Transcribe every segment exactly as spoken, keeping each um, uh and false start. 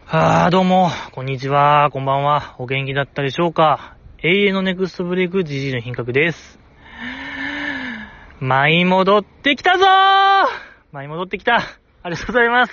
あー、どうも、こんにちは、こんばんは。お元気だったでしょうか。永遠のネクストブレイクジジイの品格です。舞い戻ってきたぞー舞い戻ってきた。ありがとうございます。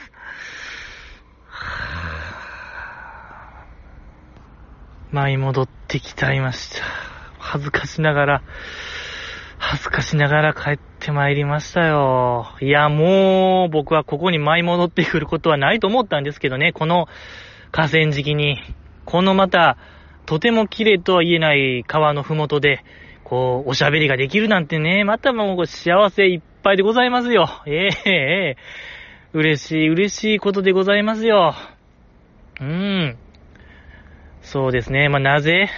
舞い戻ってきちゃいました。恥ずかしながら、恥ずかしながら帰ってまいりましたよ。いや、もう、僕はここに舞い戻ってくることはないと思ったんですけどね、この河川敷に、このまた、とても綺麗とは言えない川のふもとで、こう、おしゃべりができるなんてね、またもう幸せいっぱいでございますよ。ええええ嬉しい、嬉しいことでございますよ。うーん。そうですね、まあ、なぜ、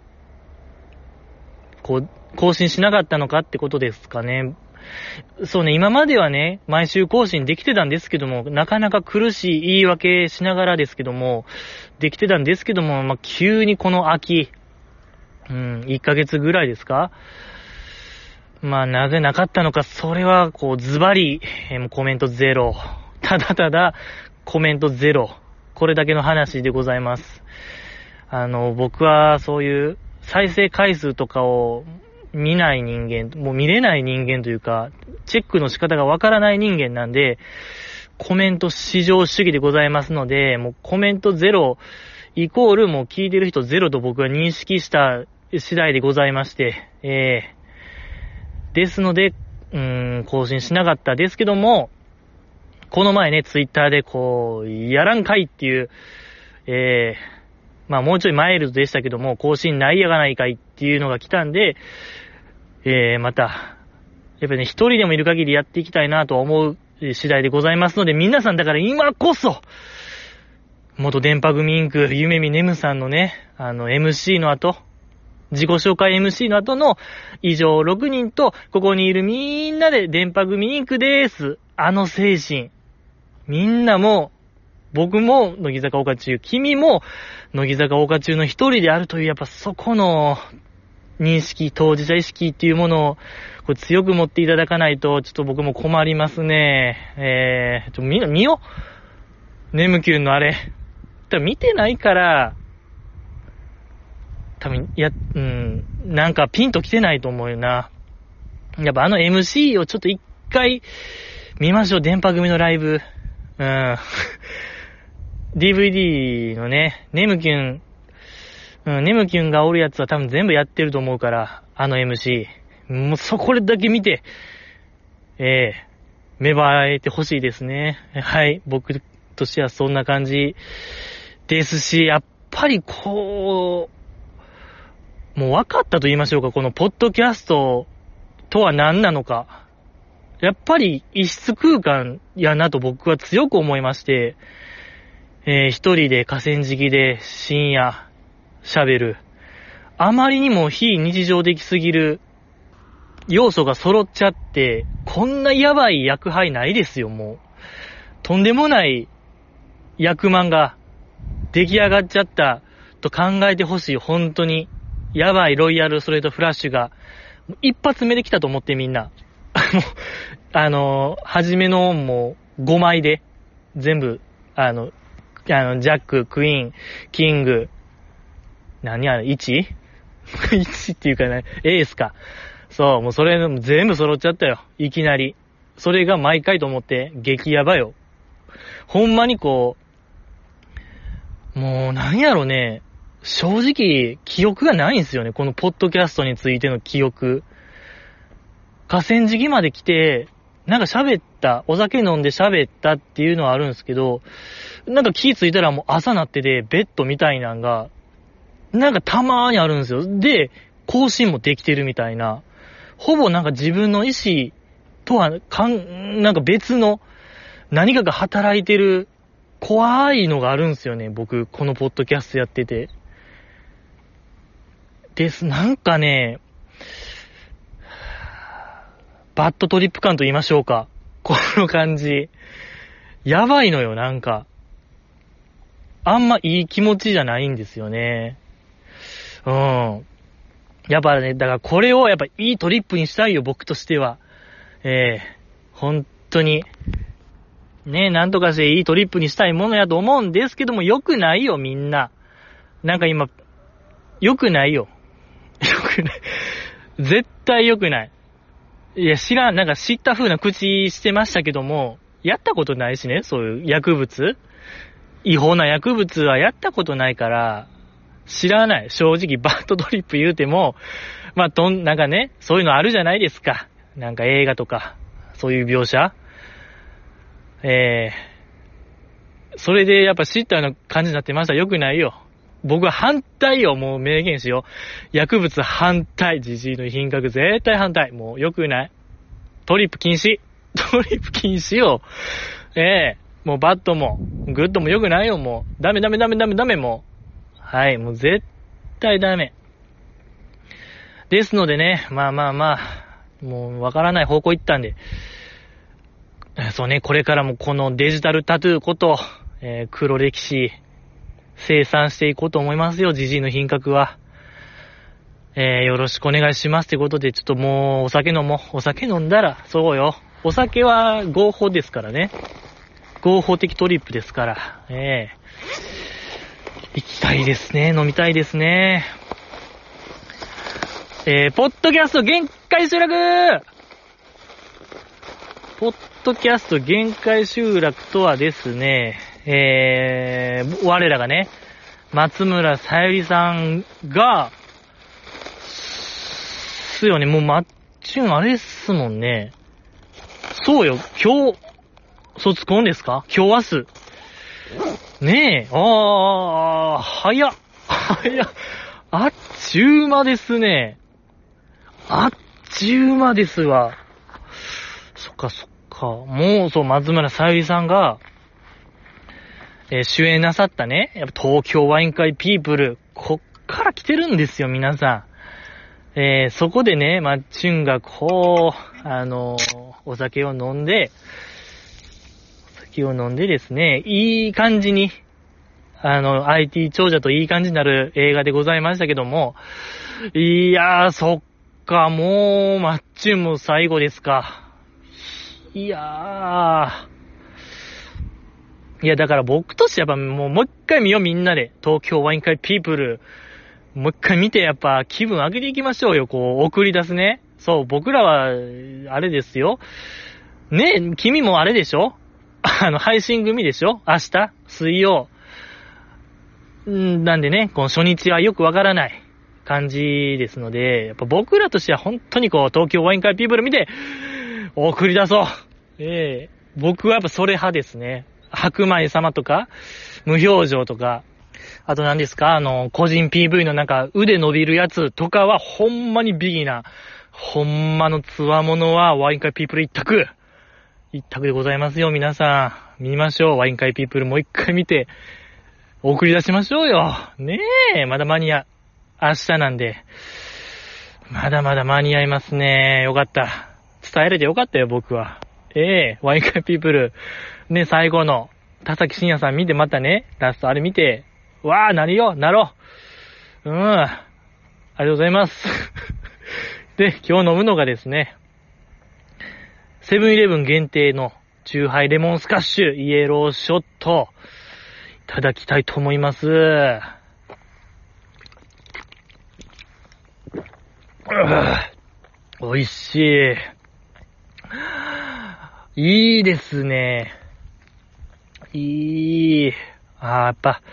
こう、更新しなかったのかってことですかね。そうね、今まではね、毎週更新できてたんですけども、なかなか苦しい言い訳しながらですけども、できてたんですけども、まあ、急にこの秋、うん、いっかげつぐらいですか？まあ、なぜなかったのか、それは、こう、ズバリ、えーもうコメントゼロ。ただただ、コメントゼロ。これだけの話でございます。あの、僕は、そういう、再生回数とかを見ない人間、もう見れない人間というか、チェックの仕方がわからない人間なんで、コメント至上主義でございますので、もうコメントゼロイコールもう聞いてる人ゼロと僕は認識した次第でございまして、えー、ですので、うーん、更新しなかったですけども、この前ね、ツイッターでこう、やらんかいっていう、えー、まあもうちょいマイルドでしたけども、更新ないやがないかいっていうのが来たんで、えー、また、やっぱりね、一人でもいる限りやっていきたいなと思う次第でございますので、皆さんだから今こそ、元電波組インク、ゆめみねむさんのね、あの エムシー の後、自己紹介 エムシー の後の以上ろくにんと、ここにいるみんなで電波組インクでーす。あの精神。みんなも、僕も乃木坂岡中、君も乃木坂岡中の一人であるという、やっぱそこの認識、当事者意識っていうものをこれ強く持っていただかないと、ちょっと僕も困りますね。えー、ちょ、みんな見よ。ネムキュンのあれ。多分見てないから、多分、いや、うん、なんかピンと来てないと思うよな。やっぱあの エムシー をちょっと一回見ましょう、電波組のライブ。うん。ディーブイディー のね、ネムキュン、うん、ネムキュンがおるやつは多分全部やってると思うから、あの エムシー。もうそこだけ見て、ええー、芽生えてほしいですね。はい、僕としてはそんな感じですし、やっぱりこう、もう分かったと言いましょうか、このポッドキャストとは何なのか。やっぱり異質空間やなと僕は強く思いまして、えー、一人で河川敷で深夜喋る。あまりにも非日常的すぎる要素が揃っちゃって、こんなやばい役配ないですよ、もう。とんでもない役満が出来上がっちゃったと考えてほしい、本当に。やばいロイヤルストレートフラッシュが、一発目で来たと思ってみんな。もう、あの、初めのもうごまいで、全部、あの、あの、ジャック、クイーン、キング、何あれ、いち?いち っていうかね、エースか。そう、もうそれ全部揃っちゃったよ。いきなり。それが毎回と思って、激ヤバよ。ほんまにこう、もう何やろね、正直、記憶がないんですよね。このポッドキャストについての記憶。河川敷まで来て、なんか喋った、お酒飲んで喋ったっていうのはあるんですけど、なんか気ついたらもう朝なってて、ベッドみたいなんが、なんかたまーにあるんですよ。で、更新もできてるみたいな。ほぼなんか自分の意思とはかん、なんか別の何かが働いてる怖いのがあるんですよね。僕、このポッドキャストやってて。です。なんかね、バッドトリップ感と言いましょうか。この感じ。やばいのよ、なんか。あんまいい気持ちじゃないんですよね。うん。やっぱね、だからこれをやっぱいいトリップにしたいよ、僕としては。ええー、本当に。 ね、なんとかしていいトリップにしたいものやと思うんですけども、良くないよ、みんな。なんか今、良くないよ。良くない。絶対良くない。いや、知らん、なんか知った風な口してましたけども、やったことないしね、そういう薬物違法な薬物はやったことないから、知らない。正直バッドトリップ言うても、まあ、とん、なんかね、そういうのあるじゃないですか。なんか映画とか、そういう描写。えー、それでやっぱ知ったような感じになってました。良くないよ。僕は反対よ。もう明言しよう。薬物反対。ジジイの品格絶対反対。もう良くない。トリップ禁止。トリップ禁止よ。ええー、もうバットも、グッドも良くないよ。もう。ダメダメダメダメダメもう。はい。もう絶対ダメ。ですのでね、まあまあまあ、もうわからない方向行ったんで、そうね、これからもこのデジタルタトゥーこと、えー、黒歴史、生産していこうと思いますよ、ジジイの品格は。えー、よろしくお願いしますってことで、ちょっともうお酒飲もう。お酒飲んだら、そうよ。お酒は合法ですからね。合法的トリップですから。えー、行きたいですね。飲みたいですね。えー、ポッドキャスト限界集落ポッドキャスト限界集落とはですね、えー、我らがね、松村さゆりさんが、すよね、もうマッチュンあれっすもんね。そうよ、今日、卒コンですか？今日明日。ねえ、あー、早っ、早っ、あっちゅう間ですね。あっちゅう間ですわ。そっかそっか。もうそう、松村さゆりさんが、えー、主演なさったね、やっぱ東京ワイン会ピープル、こっから来てるんですよ、皆さん。えー、そこでね、マッチュンがこう、あのー、お酒を飲んで、お酒を飲んでですね、いい感じに、あの、アイティー 長者といい感じになる映画でございましたけども、いやー、そっか、もう、マッチュンも最後ですか。いやー、いや、だから僕としてやっぱもう、もう一回見よう、みんなで。東京ワイン会ピープル。もう一回見て、やっぱ気分上げていきましょうよ、こう、送り出すね。そう、僕らは、あれですよ。ねえ、君もあれでしょ？あの、配信組でしょ？明日水曜。んなんでね、この初日はよくわからない感じですので、やっぱ僕らとしては本当にこう、東京ワイン会ピープル見て、送り出そう。ええ僕はやっぱそれ派ですね。白米様とか、無表情とか、あと何ですか、あの、個人 ピーブイ のなんか腕伸びるやつとかはほんまにビギナー。ほんまのつわものはワイン会ピープル一択。一択でございますよ、皆さん。見ましょう。ワイン会ピープルもう一回見て、送り出しましょうよ。ねえ、まだ間に合う。明日なんで。まだまだ間に合いますね。よかった。伝えれてよかったよ、僕は。ええ、ワイン会ピープル。ね、最後の、田崎真也さん見てまたね、ラストあれ見て、わー、なるよ、なろう。うん。ありがとうございます。で、今日飲むのがですね、セブンイレブン限定のチューハイレモンスカッシュイエローショット、いただきたいと思います。美味しい。いいですね。いい。あー、やっぱ、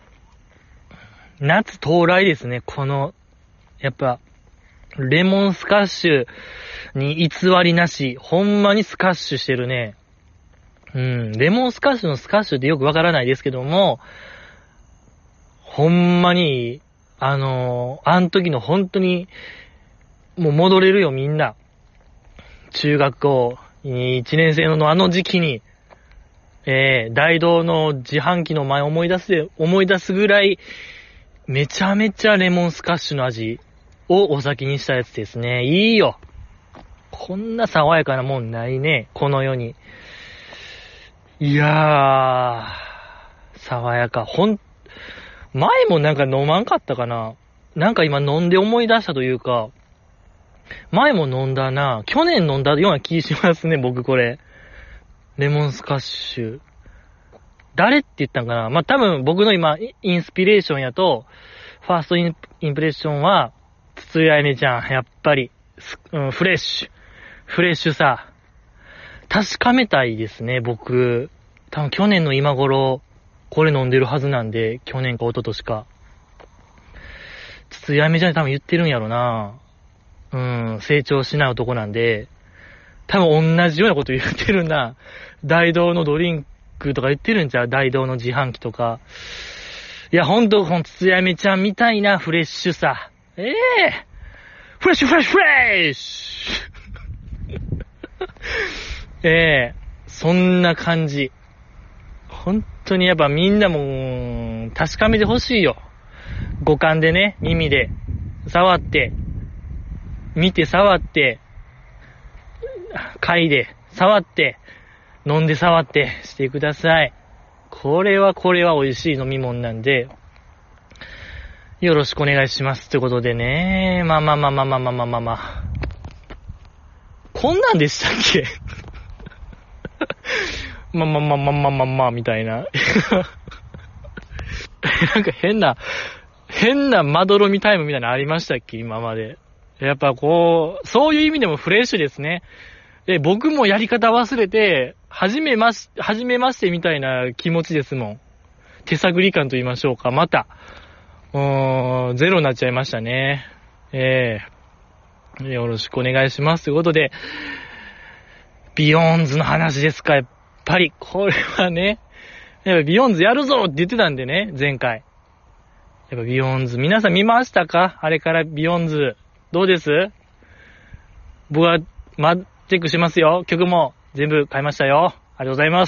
夏到来ですね。この、やっぱ、レモンスカッシュに偽りなし、ほんまにスカッシュしてるね。うん、レモンスカッシュのスカッシュってよくわからないですけども、ほんまに、あのー、あの時の本当に、もう戻れるよみんな。中学校いちねん生のあの時期に、えー、大道の自販機の前思い出すで、思い出すぐらい、めちゃめちゃレモンスカッシュの味をお酒にしたやつですね。いいよ。こんな爽やかなもんないね。この世に。いやー、爽やか。ほん、前もなんか飲まんかったかな。なんか今飲んで思い出したというか、前も飲んだな。去年飲んだような気しますね、僕これ。 レモンスカッシュ。誰って言ったんかな。まあ、多分僕の今、インスピレーションやと、ファーストイン、インプレッションは、筒井あやめちゃん、やっぱり、うん、フレッシュ。フレッシュさ。確かめたいですね、僕。多分去年の今頃、これ飲んでるはずなんで、去年か一昨年か。筒井あやめちゃん多分言ってるんやろな。うん、成長しない男なんで、多分同じようなこと言ってるな。大道のドリンクとか言ってるんちゃう？大道の自販機とか。いや、ほんと、この筒井あやめちゃんみたいなフレッシュさ。ええー、フレッシュフレッシュフレッシュええー、そんな感じ。本当にやっぱみんなも確かめてほしいよ。五感でね、耳で触って、見て触って、嗅いで触って、飲んで触ってしてください。これはこれは美味しい飲み物なんで、よろしくお願いします。ということでね、まあまあまあまあまあまあまあまあまあ。こんなんでしたっけまあまあまあまあまあまあまあみたいな。なんか変な、変なまどろみタイムみたいなのありましたっけ今まで。やっぱこう、そういう意味でもフレッシュですね。で、僕もやり方忘れて、はじめまし、はじめましてみたいな気持ちですもん。手探り感と言いましょうか。また、うーん、ゼロになっちゃいましたね。ええー、よろしくお願いします。ということで、ビヨーンズの話ですか、やっぱり。これはね、やっぱビヨーンズやるぞって言ってたんでね、前回。やっぱビヨーンズ、皆さん見ましたか？あれからビヨーンズ。どうです？僕は、ま、チェックしますよ。曲も全部買いましたよ。ありがとうございます。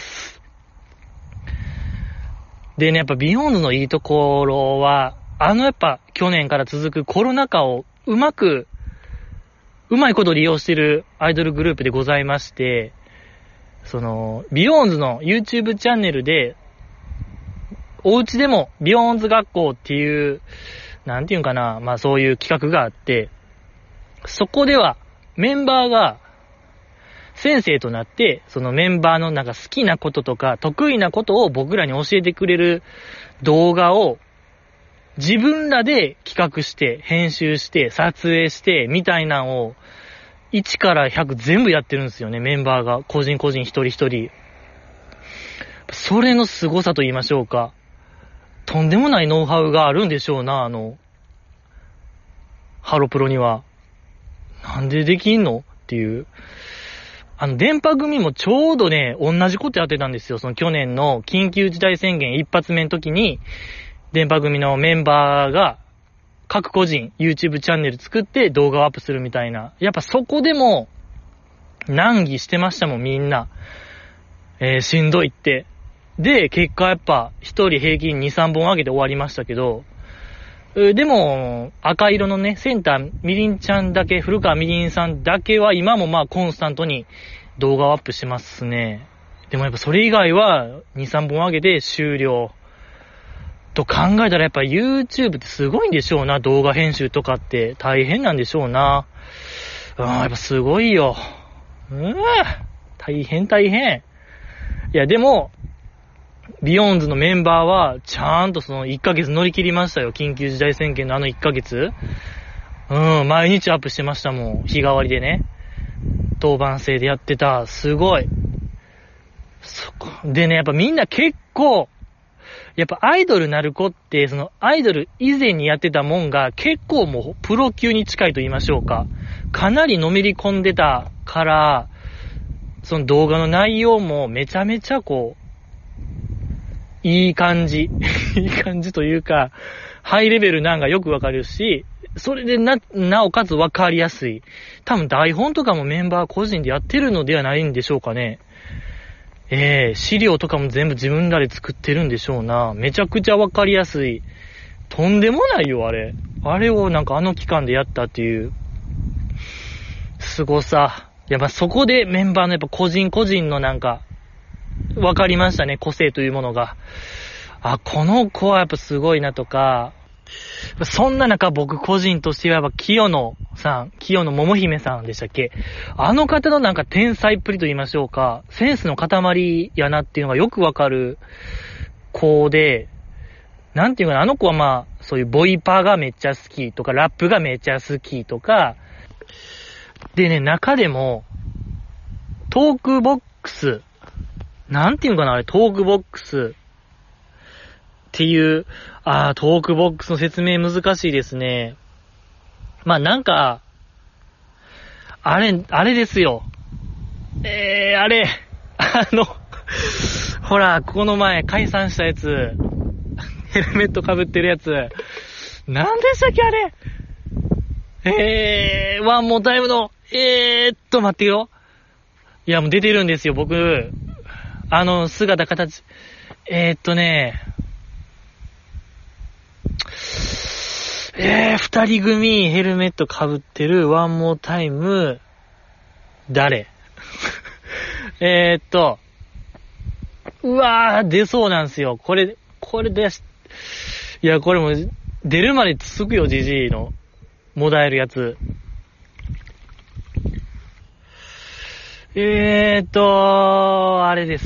でね、やっぱビヨーンズのいいところは、あのやっぱ去年から続くコロナ禍をうまく、うまいこと利用しているアイドルグループでございまして、その、ビヨーンズの YouTube チャンネルで、お家でもビヨーンズ学校っていう、なんていうんかな、まあそういう企画があって、そこではメンバーが先生となって、そのメンバーのなんか好きなこととか得意なことを僕らに教えてくれる動画を自分らで企画して、編集して、撮影して、みたいなのをいちからひゃく全部やってるんですよね、メンバーが。個人個人一人一人。それの凄さと言いましょうか。とんでもないノウハウがあるんでしょうな、あの、ハロプロには。なんでできんのっていう。あの、電波組もちょうどね、同じことやってたんですよ。その去年の緊急事態宣言一発目の時に、電波組のメンバーが、各個人 YouTube チャンネル作って動画をアップするみたいな。やっぱそこでも、難儀してましたもん、みんな。えー、しんどいって。で、結果やっぱ、一人平均に、さんぼん上げて終わりましたけど、でも、赤色のね、センター、みりんちゃんだけ、古川みりんさんだけは今もまあコンスタントに動画をアップしますね。でもやっぱそれ以外はに、さんぼん上げて終了。と考えたらやっぱ YouTube ってすごいんでしょうな。動画編集とかって大変なんでしょうな。うん、やっぱすごいよ。うん、大変大変。いやでも、ビヨーンズのメンバーは、ちゃんとそのいっかげつ乗り切りましたよ。緊急事態宣言のあのいっかげつ。うん、毎日アップしてましたもん。日替わりでね。当番制でやってた。すごい。そこ。でね、やっぱみんな結構、やっぱアイドルなる子って、そのアイドル以前にやってたもんが結構もうプロ級に近いと言いましょうか。かなりのめり込んでたから、その動画の内容もめちゃめちゃこう、いい感じ。いい感じというか、ハイレベルなんがよくわかるし、それでな、なおかつわかりやすい。多分台本とかもメンバー個人でやってるのではないんでしょうかね。えー、資料とかも全部自分らで作ってるんでしょうな。めちゃくちゃわかりやすい。とんでもないよ、あれ。あれをなんかあの期間でやったっていう、凄さ。やっぱそこでメンバーのやっぱ個人個人のなんか、わかりましたね、個性というものが。あ、この子はやっぱすごいなとか、 そんな中、僕個人としてはやっぱ清野さん、清野桃姫さんでしたっけ？あの方のなんか天才っぷりと言いましょうか、センスの塊やなっていうのがよくわかる子で、なんていうかな、あの子はまあ、そういうボイパーがめっちゃ好きとか、ラップがめっちゃ好きとか、でね、中でも、トークボックス、なんていうかな、あれ、トークボックスっていう、あー、トークボックスの説明難しいですね。まあなんか、あれ、あれですよ。えー、あれ、あの、ほら、この前解散したやつ、ヘルメット被ってるやつ、なんでしたっけあれ。えー、ワンモータイムの、えーっと、待ってよ。いや、もう出てるんですよ、僕。あの、姿、形。えーっとね、えー、二人組、ヘルメット被ってる、ワンモータイム、誰えーっと、うわー、出そうなんすよ。これ、これでし、いや、これも、出るまで続くよ、ジジイの。もだえるやつ。えーっと、あれです。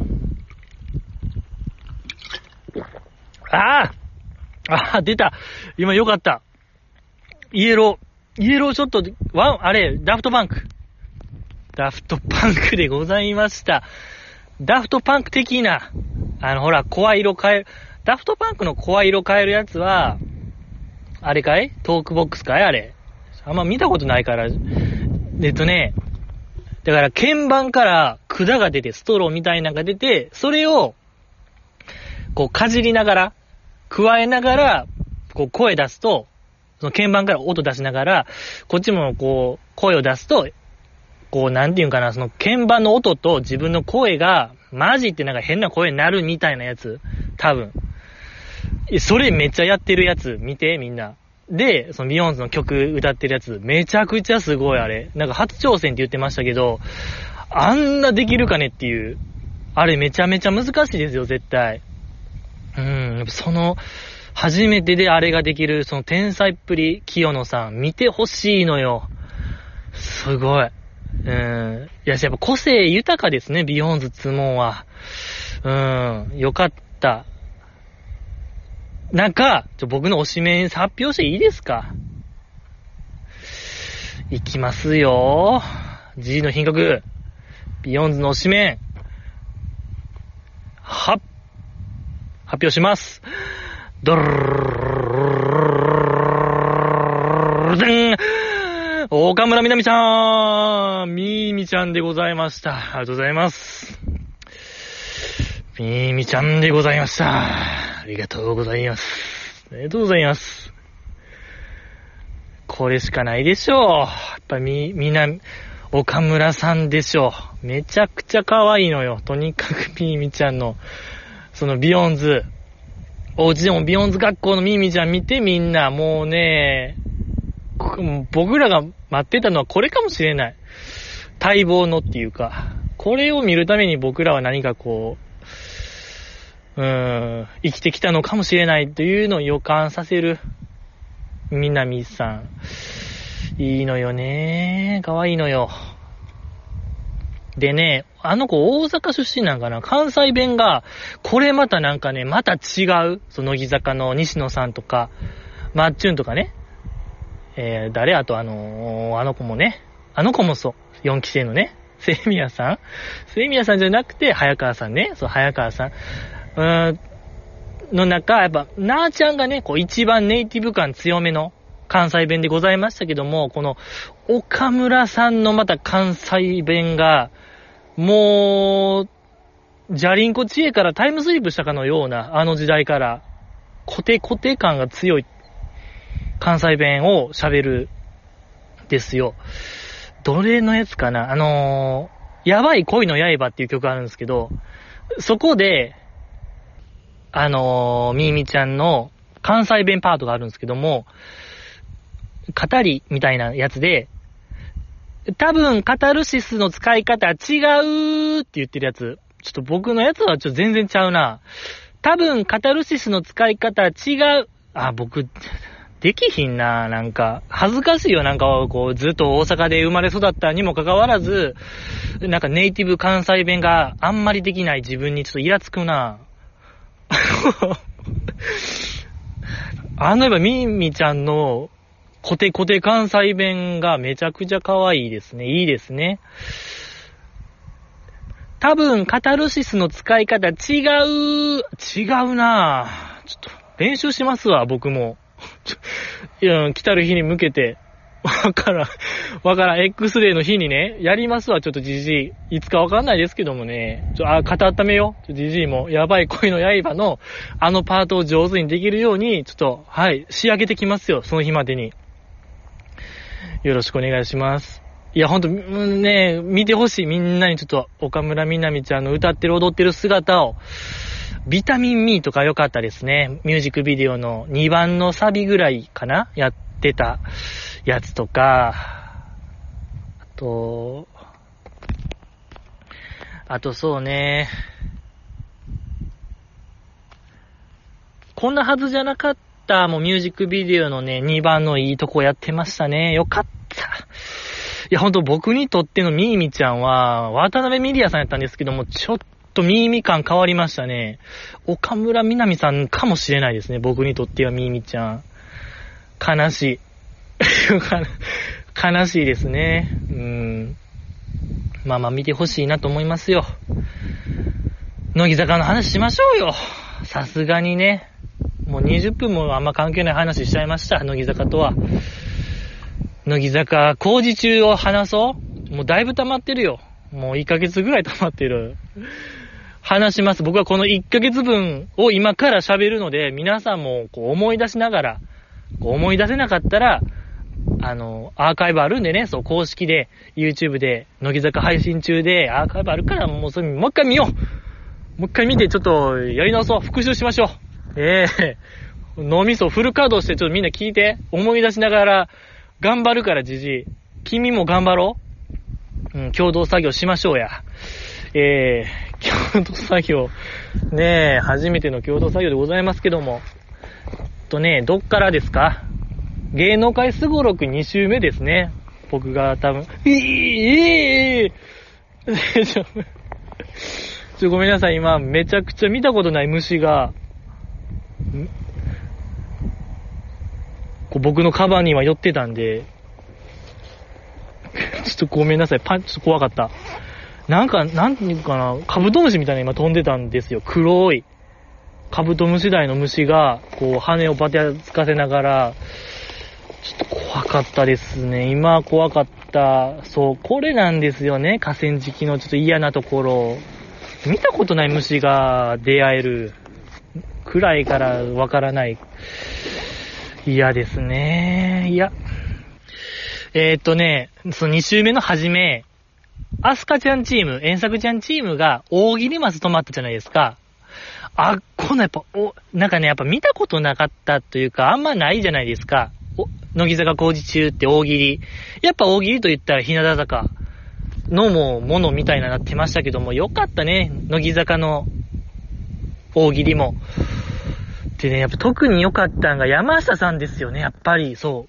あーあー、出た。今よかった。イエロー。イエローショットで、ワン、あれ、ダフトパンク。ダフトパンクでございました。ダフトパンク的な、あの、ほら、声色変える。ダフトパンクの声色変えるやつは、あれかい？トークボックスかい？あれ。あんま見たことないから。えっとね、だから鍵盤から管が出て、ストローみたいなのが出て、それを、こう、かじりながら、加えながら、こう、声出すと、その鍵盤から音出しながら、こっちもこう、声を出すと、こう、なんていうんかな、その鍵盤の音と自分の声が、マジってなんか変な声になるみたいなやつ。多分。それめっちゃやってるやつ、見て、みんな。で、そのビヨンズの曲歌ってるやつ、めちゃくちゃすごいあれ。なんか初挑戦って言ってましたけど、あんなできるかねっていう。あれめちゃめちゃ難しいですよ、絶対。うん、その、初めてであれができる、その天才っぷり、清野さん、見てほしいのよ。すごい。うん。いや、やっぱ個性豊かですね、ビヨンズツモンは。うん、よかった。なんか、ちょ、僕の推しメン発表していいですか？いきますよ。G の品格。ビヨンズの推しメン。はっ。発表します。ドルルル岡村みなみちゃん、みーみちゃんでございました。ありがとうございます。みーみちゃんでございました。ありがとうございます。ありがとうございます。これしかないでしょう。やっぱみ、みな、岡村さんでしょう。めちゃくちゃ可愛いのよ。とにかくみーみちゃんの、そのビヨンズ、お家でもビヨンズ学校のみーみちゃん見てみんな、もうね、僕らが待ってたのはこれかもしれない。待望のっていうか、これを見るために僕らは何かこう、うーん、生きてきたのかもしれないというのを予感させる、みなみさん。いいのよね。可愛いのよ。でね、あの子大阪出身なんかな、関西弁が、これまたなんかね、また違う。その乃木坂の西野さんとか、マッチュンとかね。えー、誰あとあのー、あの子もね、あの子もそう、よんきせいのね、セイミヤさんセイミヤさんじゃなくて、早川さんね、そう、早川さん。うーん、の中、やっぱ、なーちゃんがね、こう一番ネイティブ感強めの関西弁でございましたけども、この、岡村さんのまた関西弁が、もう、ジャリンコ知恵からタイムスリップしたかのような、あの時代から、コテコテ感が強い関西弁を喋るですよ。どれのやつかな、あのー、やばい恋の刃っていう曲あるんですけど、そこで、あのー、みーみちゃんの関西弁パートがあるんですけども、語りみたいなやつで、多分カタルシスの使い方違うって言ってるやつ。ちょっと僕のやつはちょっと全然ちゃうな。多分カタルシスの使い方違う。 あ、僕、できひんな、なんか、恥ずかしいよ、なんか、こう、ずっと大阪で生まれ育ったにもかかわらず、なんかネイティブ関西弁があんまりできない自分にちょっとイラつくな。あの、やっぱ、ミミちゃんの、コテコテ関西弁がめちゃくちゃ可愛いですね。いいですね。多分、カタルシスの使い方違う、違うなぁ。ちょっと、練習しますわ、僕も。いや、来たる日に向けて。わからん、わからん。X デーの日にね、やりますわ、ちょっとジジイ。いつかわかんないですけどもね。ちょ、あ、肩温めよう。ちょ、ジジイも、やばい恋の刃の、あのパートを上手にできるように、ちょっと、はい、仕上げてきますよ、その日までに。よろしくお願いします。いや、ほんと、ね、見てほしい。みんなにちょっと、岡村みなみちゃんの歌ってる踊ってる姿を、ビタミンミーとか良かったですね。ミュージックビデオのにばんのサビぐらいかなやってたやつとか、あと、あとそうね、こんなはずじゃなかったもうミュージックビデオのね、にばんのいいとこやってましたね。よかった。いや、ほんと僕にとってのミーミちゃんは、渡辺ミリアさんやったんですけども、ちょっとミーミ感変わりましたね。岡村みなみさんかもしれないですね。僕にとってはミーミちゃん。悲しい。悲しいですね。うん。まあまあ見てほしいなと思いますよ。乃木坂の話しましょうよ。さすがにね。もうにじゅっぷんもあんま関係ない話しちゃいました。乃木坂とは。乃木坂工事中を話そう。もうだいぶ溜まってるよ。もういっかげつぐらい溜まってる。話します。僕はこのいっかげつぶんを今から喋るので、皆さんもこう思い出しながら、こう思い出せなかったら、あの、アーカイブあるんでね、そう、公式で、YouTube で、乃木坂配信中で、アーカイブあるから、もうそれ、もう一回見ようもう一回見て、ちょっと、やり直そう復習しましょうええー、脳みそフル稼働して、ちょっとみんな聞いて、思い出しながら、頑張るから、じじい。君も頑張ろううん、共同作業しましょうや。えー、共同作業。ねえ、初めての共同作業でございますけども。とね、どっからですか？芸能界すごろくに週目ですね。僕が多分、えー、えー、ちょ、ちょ、ごめんなさい。今、めちゃくちゃ見たことない虫が、こう僕のカバンには寄ってたんで、ちょっとごめんなさい。パン、ちょっと怖かった。なんか、なんていうかな、カブトムシみたいな今飛んでたんですよ。黒い。カブトムシ大の虫が、こう、羽をバテつかせながら、ちょっと怖かったですね。今怖かった。そう、これなんですよね。河川敷のちょっと嫌なところ。見たことない虫が出会えるくらいからわからない。嫌ですね。いや。えー、っとね、そのに週目の初め、アスカちゃんチーム、遠作ちゃんチームが大喜利マス止まったじゃないですか。あ、このやっぱ、お、なんかね、やっぱ見たことなかったというか、あんまないじゃないですか。お、乃木坂工事中って大喜利。やっぱ大喜利と言ったら日向坂のもものみたいななってましたけども、よかったね。乃木坂の大喜利も。でね、やっぱ特に良かったのが山下さんですよね、やっぱり、そう。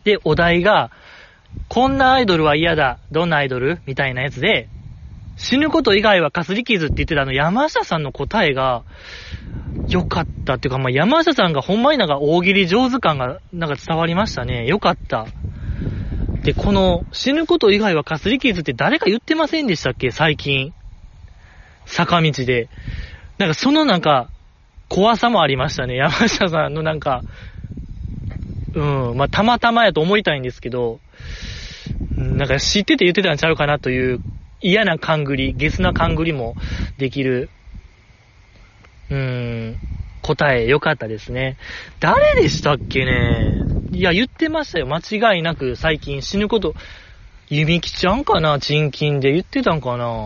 で、お題が、こんなアイドルは嫌だ、どんなアイドルみたいなやつで、死ぬこと以外はかすり傷って言ってたあの山下さんの答えが、良かったっていうか、まあ、山下さんがほんまになんか大喜利上手感がなんか伝わりましたね。良かった。で、この死ぬこと以外はかすり傷って誰か言ってませんでしたっけ最近。坂道で。なんかそのなんか、怖さもありましたね。山下さんのなんか、うん、まあ、たまたまやと思いたいんですけど、なんか知ってて言ってたんちゃうかなという嫌な勘繰り、ゲスな勘繰りもできる、うーん、答え良かったですね。誰でしたっけね。いや、言ってましたよ。間違いなく最近死ぬこと、ゆみきちゃんかな賃金で言ってたんかな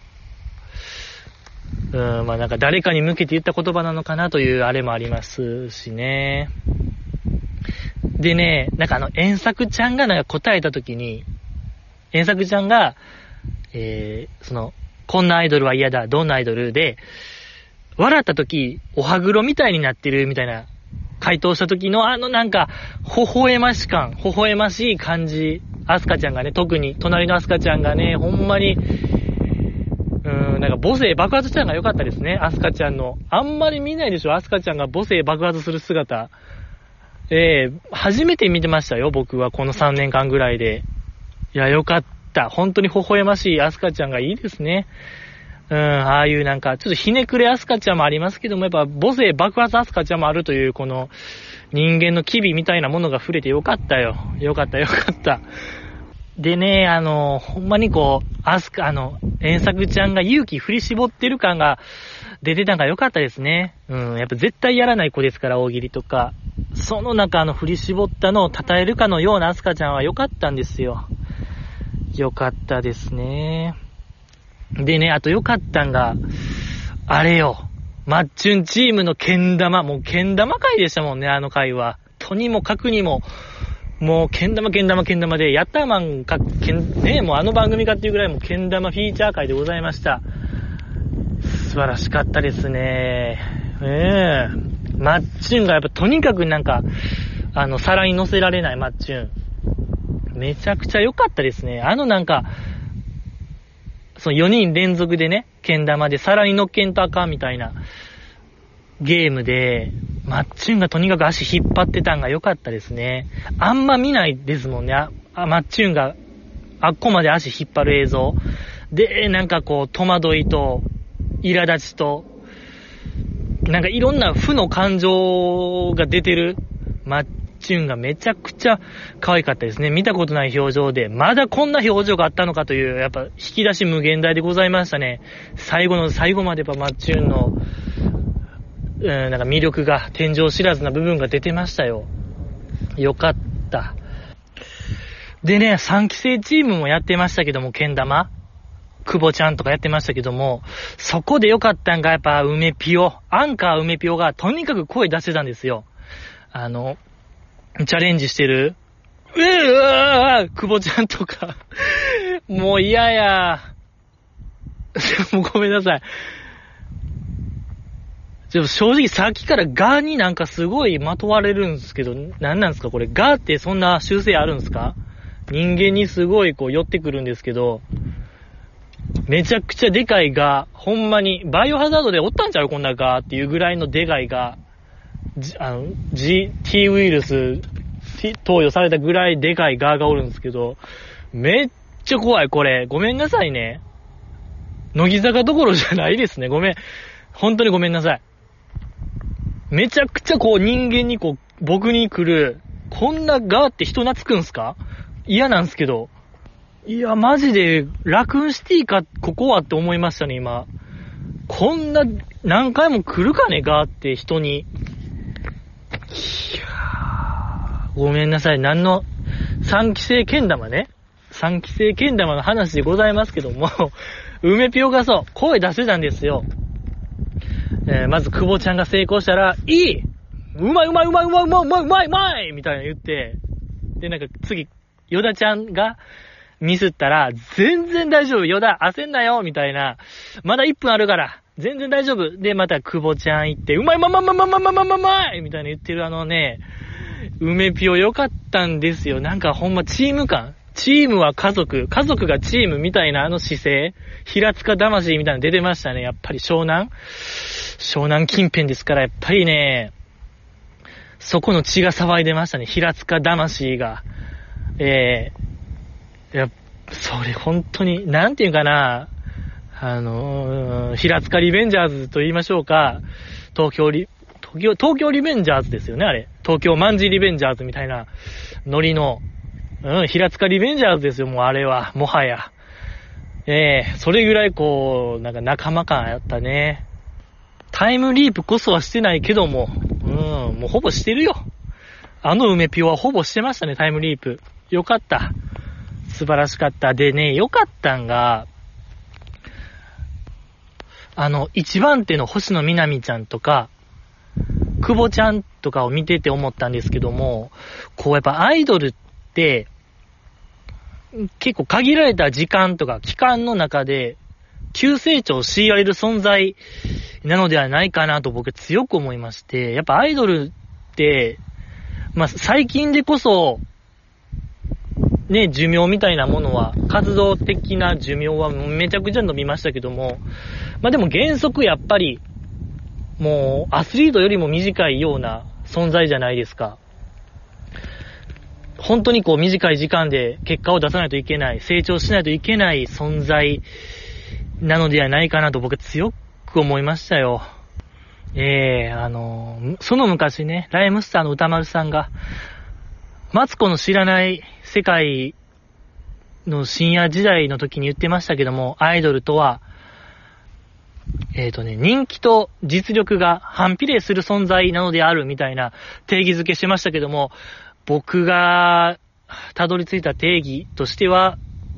うん、まあなんか誰かに向けて言った言葉なのかなというあれもありますしね。でね、なんかあの、遠作ちゃんがなんか答えたときに、遠作ちゃんが、えー、その、こんなアイドルは嫌だ、どんなアイドルで、笑ったとき、おはぐろみたいになってるみたいな回答した時のあのなんか、微笑まし感、微笑ましい感じ、アスカちゃんがね、特に、隣のアスカちゃんがね、ほんまに、うーん、なんか母性爆発したのが良かったですね、アスカちゃんの。あんまり見ないでしょ、アスカちゃんが母性爆発する姿。えー、初めて見てましたよ、僕はこのさんねんかんぐらいで。いや、良かった。本当に微笑ましいアスカちゃんがいいですね。うん、ああいうなんか、ちょっとひねくれアスカちゃんもありますけども、やっぱ母性爆発アスカちゃんもあるという、この人間の機微みたいなものが触れてよかったよ。よかったよかった。でね、あの、ほんまにこう、アスカ、あの、遠作ちゃんが勇気振り絞ってる感が出てたのがよかったですね。うん、やっぱ絶対やらない子ですから、大喜利とか。その中の振り絞ったのを称えるかのようなアスカちゃんはよかったんですよ。よかったですね。でね、あとよかったんが、あれよ。マッチュンチームのけん玉、もうけん玉会でしたもんね、あの回は。とにもかくにも、もうけん玉けん玉けん玉で、ヤッターマンか、けん、ね、もうあの番組かっていうぐらいもうけん玉フィーチャー会でございました。素晴らしかったですね。ええー。マッチュンがやっぱとにかくなんか、あの、皿に乗せられないマッチュン。めちゃくちゃ良かったですね。あのなんか、そのよにん連続でね、けん玉で皿に乗っけんとあかんみたいなゲームで、マッチュンがとにかく足引っ張ってたんが良かったですね。あんま見ないですもんね。あ、あマッチュンがあっこまで足引っ張る映像。で、なんかこう、戸惑いと、苛立ちと、なんかいろんな負の感情が出てるマッチュンがめちゃくちゃ可愛かったですね。見たことない表情で、まだこんな表情があったのかという、やっぱ引き出し無限大でございましたね。最後の最後までやっぱマッチュンの、うん、なんか魅力が天井知らずな部分が出てましたよ。よかった。でね、さんきせいチームもやってましたけども、けん玉久保ちゃんとかやってましたけども、そこでよかったんがやっぱ梅ピオ、アンカー梅ピオがとにかく声出してたんですよ。あの、チャレンジしてる、うわー久保ちゃんとか、もう嫌や。もうごめんなさい。でも正直さっきからガーになんかすごいまとわれるんですけど、なんなんですかこれ。ガーってそんな習性あるんですか？人間にすごいこう寄ってくるんですけど、めちゃくちゃでかいガー、ほんまにバイオハザードでおったんちゃうこんなガーっていうぐらいのでかいガー、あの ジーティー ウイルス投与されたぐらいでかいガーがおるんですけど、めっちゃ怖いこれ。ごめんなさいね。乃木坂どころじゃないですね。ごめん。本当にごめんなさい。めちゃくちゃこう人間にこう僕に来る、こんなガーって人懐くんすか？嫌なんすけど。いやマジでラクーンシティかここはって思いましたね今。こんな何回も来るかねガーって人に。いやーごめんなさい。何のさんきせいけん玉ね。さんきせいけん玉の話でございますけども、梅ピオがそう声出せたんですよ。えー、まず久保ちゃんが成功したら、いいうまいうまいうまいうまいうまいうまいうまいうまいみたいな言って、でなんか次ヨダちゃんがミスったら、全然大丈夫ヨダ焦んなよみたいな、まだいっぷんあるから全然大丈夫で、また久保ちゃん行ってうまいまままままままままいみたいな言ってるあのね、梅ピオ良かったんですよ。なんかほんまチーム感、チームは家族、家族がチームみたいなあの姿勢、平塚魂みたいなの出てましたね。やっぱり湘南湘南近辺ですから、やっぱりね、そこの血が騒いでましたね。平塚魂が。えー、いや、それ本当に、なんていうかな、あのー、平塚リベンジャーズと言いましょうか、東京リ、東京、東京リベンジャーズですよね、あれ。東京マンジリベンジャーズみたいなノリの、うん、平塚リベンジャーズですよ、もうあれは、もはや。ええー、それぐらいこう、なんか仲間感あったね。タイムリープこそはしてないけども、うん、もうほぼしてるよ。あの梅ピオはほぼしてましたね、タイムリープ。よかった。素晴らしかった。でね、よかったんが、あの、一番手の星野みなみちゃんとか、久保ちゃんとかを見てて思ったんですけども、こうやっぱアイドルって、結構限られた時間とか期間の中で、急成長を強いられる存在なのではないかなと僕強く思いまして、やっぱアイドルっ 、まあ、最近でこそ、ね、寿命みたいなものは、活動的な寿命はめちゃくちゃ伸びましたけども、まあ、でも原則やっぱり、もうアスリートよりも短いような存在じゃないですか。本当にこう短い時間で結果を出さないといけない、成長しないといけない存在なのではないかなと僕は強く思いましたよ。ええー、あの、その昔ね、ライムスターの歌丸さんが、マツコの知らない世界の深夜時代の時に言ってましたけども、アイドルとは、えっとね、人気と実力が反比例する存在なのであるみたいな定義づけしてましたけども、僕がたどり着いた定義としては、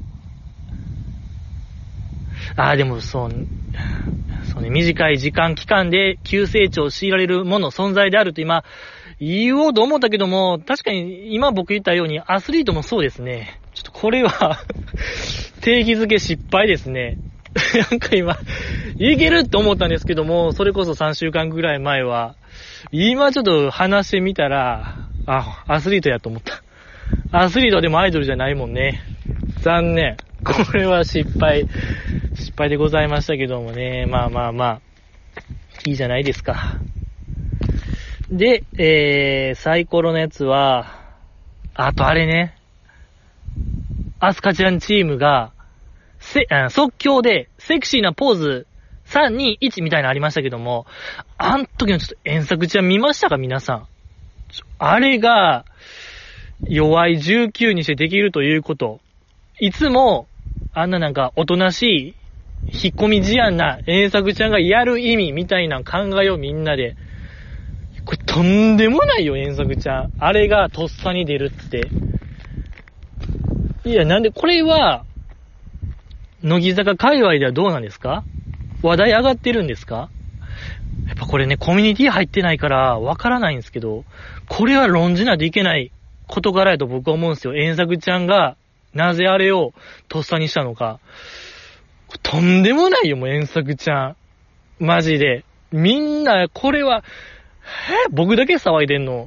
ああ、でもそう、そうね、短い時間期間で急成長を強いられるもの、存在であると今、言おうと思ったけども、確かに今僕言ったようにアスリートもそうですね。ちょっとこれは定義づけ失敗ですね。なんか今、いけるって思ったんですけども、それこそさんしゅうかんぐらい前は、今ちょっと話してみたら、あ、アスリートやと思った。アスリートはでもアイドルじゃないもんね。残念。これは失敗、失敗でございましたけどもね。まあまあまあ、いいじゃないですか。で、えー、サイコロのやつは、あとあれね、アスカちゃんチームが、せ、即興でセクシーなポーズさん、に、いちみたいなのありましたけども、あん時のちょっと遠作ちゃん見ましたか皆さん。あれが、弱いじゅうきゅうにしてできるということ。いつも、あんななんかおとなしい、引っ込み思案な遠作ちゃんがやる意味みたいな考えをみんなで、これとんでもないよ、遠作ちゃん。あれがとっさに出るって。いや、なんで、これは、乃木坂界隈ではどうなんですか？話題上がってるんですか？やっぱこれね、コミュニティ入ってないからわからないんですけど、これは論じないといけない事柄やと僕は思うんですよ。遠作ちゃんがなぜあれをとっさにしたのか。とんでもないよ、もう遠作ちゃん。マジで。みんな、これは、え僕だけ騒いでんの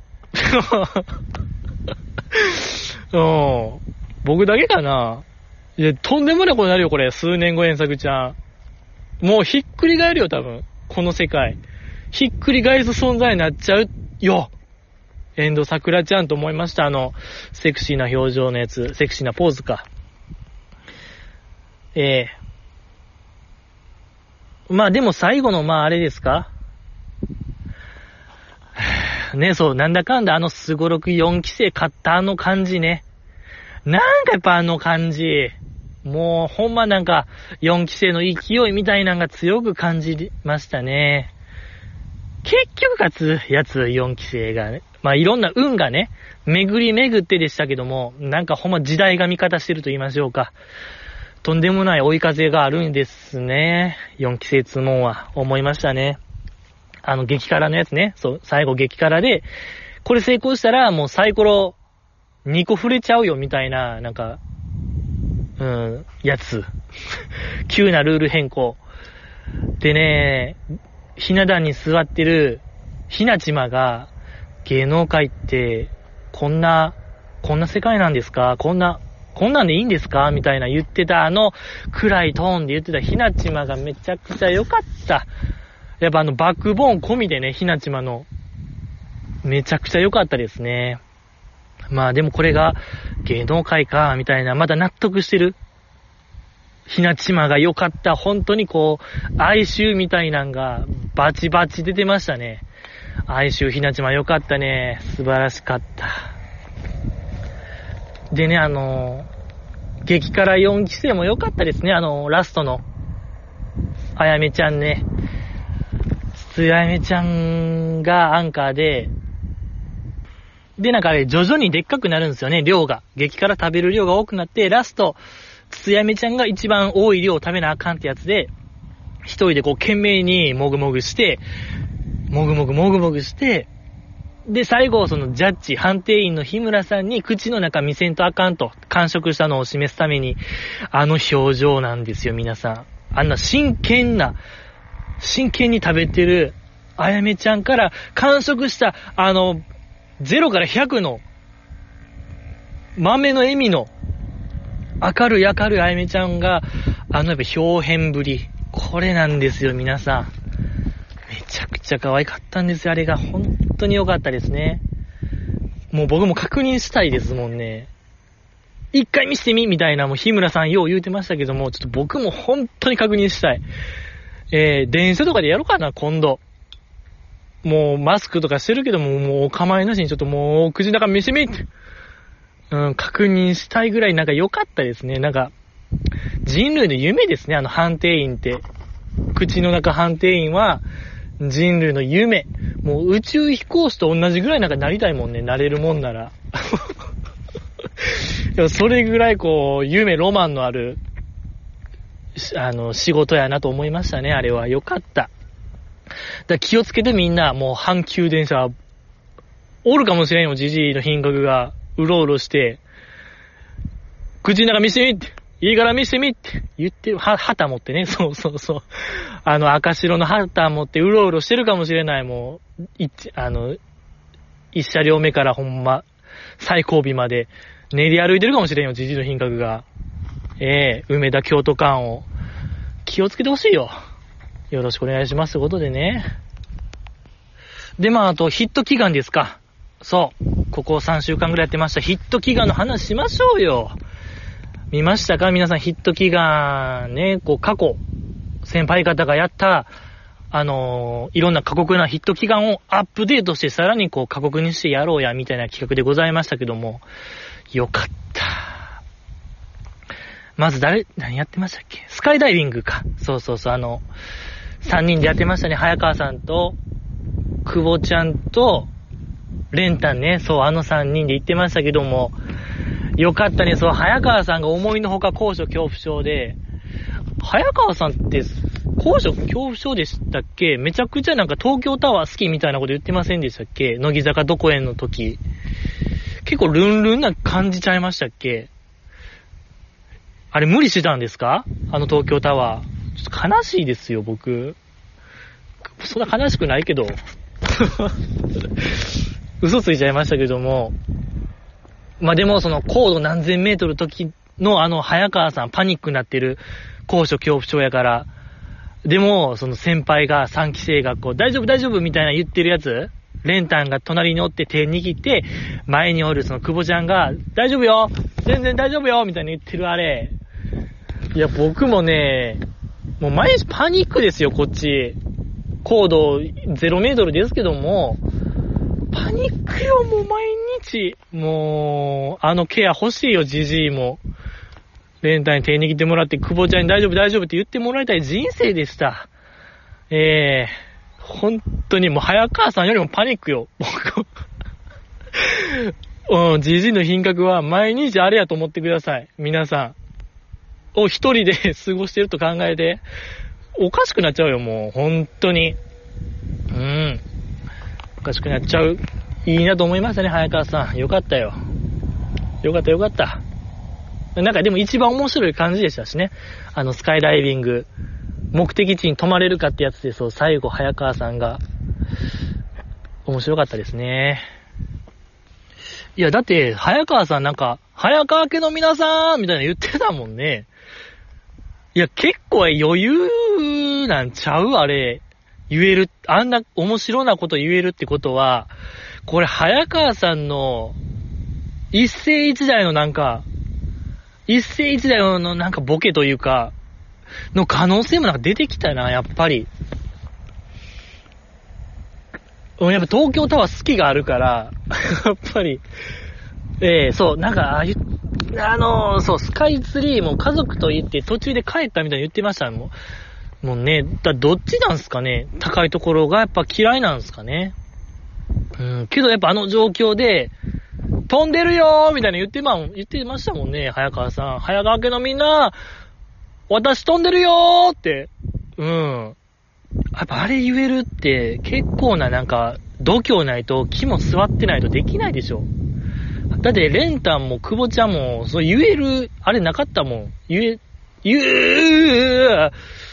うん。僕だけかないや、とんでもないことになるよ、これ。数年後、遠作ちゃん。もうひっくり返るよ、多分。この世界。ひっくり返す存在になっちゃうよ。遠藤桜ちゃんと思いました。あの、セクシーな表情のやつ。セクシーなポーズか。ええー。まあでも最後の、まああれですかね、そう、なんだかんだあのスゴロクよんきせい買ったあの感じね。なんかやっぱあの感じ。もうほんまなんかよんきせいの勢いみたいなのが強く感じましたね。結局勝つやつよんきせいがね。まあいろんな運がね、巡り巡ってでしたけども、なんかほんま時代が味方してると言いましょうか。とんでもない追い風があるんですね。よんきせいつもんは思いましたね。あの激辛のやつね。そう、最後激辛で、これ成功したらもうサイコロにこ触れちゃうよみたいな、なんか、うん、やつ。急なルール変更。でね、ひな壇に座ってるひなちまが、芸能界ってこんな、こんな世界なんですか？こんな、こんなんでいいんですか？みたいな言ってた、あの暗いトーンで言ってたひなちまがめちゃくちゃ良かった。やっぱあのバックボーン込みでね、ひなちまのめちゃくちゃ良かったですね。まあでもこれが芸能界かみたいな、まだ納得してるひなちまが良かった。本当にこう哀愁みたいなんがバチバチ出てましたね。哀愁ひなちま良かったね。素晴らしかった。でね、あの激辛よんきせいも良かったですね。あのラストのあやめちゃんね、つやめちゃんがアンカーで、で、なんかあれ、徐々にでっかくなるんですよね、量が。激辛食べる量が多くなって、ラスト、つやめちゃんが一番多い量を食べなあかんってやつで、一人でこう、懸命にもぐもぐして、もぐもぐもぐもぐして、で、最後、そのジャッジ、判定員の日村さんに口の中見せんとあかんと、完食したのを示すために、あの表情なんですよ、皆さん。あんな真剣な、真剣に食べてる、あやめちゃんから完食した、あの、 ゼロからひゃくの豆の笑みの明るい明るいあゆみちゃんが、あのやっぱ表変ぶり、これなんですよ皆さん。めちゃくちゃ可愛かったんですよ。あれが本当に良かったですね。もう僕も確認したいですもんね。一回見せてみみたいな、もう日村さんよう言うてましたけども、ちょっと僕も本当に確認したい。えー、電車とかでやろうかな今度。もうマスクとかしてるけども、もうお構いなしにちょっともう口の中見せてみって、うん、確認したいぐらいなんか良かったですね。なんか人類の夢ですね、あの判定員って。口の中判定員は人類の夢。もう宇宙飛行士と同じぐらいなんかなりたいもんね、なれるもんなら。でもそれぐらいこう夢ロマンのあるあの仕事やなと思いましたね。あれは良かった。だから気をつけてみんな、もう阪急電車おるかもしれんよ、ジジイの品格がうろうろして口の中見せてみって、いいから見せてみって言ってる、は旗持ってね、そうそうそう、あの赤白の旗持ってうろうろしてるかもしれない。もう一あの一車両目からほんま最後尾まで練り歩いてるかもしれんよ、ジジイの品格が。ええー、梅田京都間を気をつけてほしいよ。よろしくお願いしますということでね。で、まあ、あとヒット祈願ですか。そう。ここさんしゅうかんぐらいやってましたヒット祈願の話しましょうよ。見ましたか皆さん。ヒット祈願ね、こう過去先輩方がやったあのー、いろんな過酷なヒット祈願をアップデートしてさらにこう過酷にしてやろうやみたいな企画でございましたけども、よかった。まず誰何やってましたっけ。スカイダイビングか。そうそうそう、あのさんにんでやってましたね。早川さんと久保ちゃんとレンタンね。そう、あのさんにんで行ってましたけども、よかったね。そう、早川さんが思いのほか高所恐怖症で、早川さんって高所恐怖症でしたっけ。めちゃくちゃなんか東京タワー好きみたいなこと言ってませんでしたっけ。乃木坂どこへんの時結構ルンルンな感じちゃいましたっけ。あれ無理してたんですか、あの東京タワー。ちょっと悲しいですよ僕。そんな悲しくないけど嘘ついちゃいましたけども、まあでもその高度何千メートル時のあの早川さんパニックになってる高所恐怖症やから、でもその先輩がさんき生がこう大丈夫大丈夫みたいな言ってるやつ、レンタンが隣におって手握って前におるその久保ちゃんが大丈夫よ全然大丈夫よみたいに言ってるあれ、いや僕もねもう毎日パニックですよこっち。高度ゼロメートルですけどもパニックよ、もう毎日。もうあのケア欲しいよジジイも。レンタンに手握ってもらって久保ちゃんに大丈夫大丈夫って言ってもらいたい人生でした。えー本当にもう早川さんよりもパニックよ僕うん、ジジイの品格は毎日あれやと思ってください皆さん。を一人で過ごしてると考えておかしくなっちゃうよ、もう本当に。うんおかしくなっちゃう。いいなと思いましたね早川さん。よかったよよかったよかった。なんかでも一番面白い感じでしたしね、あのスカイダイビング目的地に泊まれるかってやつで、そう最後早川さんが面白かったですね。いやだって早川さんなんか早川家の皆さんみたいな言ってたもんね。いや結構余裕なんちゃうあれ言える、あんな面白なこと言えるってことは、これ早川さんの一世一代のなんか一世一代のなんかボケというかの可能性もなんか出てきたな、やっぱり。やっぱ東京タワー好きがあるからやっぱりええー、そうなんかああのー、そうスカイツリーも家族と行って途中で帰ったみたいに言ってましたもん。もうね、だどっちなんすかね、高いところがやっぱ嫌いなんすかね。うんけどやっぱあの状況で飛んでるよーみたいな言ってま言ってましたもんね早川さん。早川家のみんな私飛んでるよーって。うん。やっぱあれ言えるって結構ななんか度胸ないと肝座ってないとできないでしょ。だってレンタンも久保ちゃんもそう言えるあれなかったもん。言え、言え、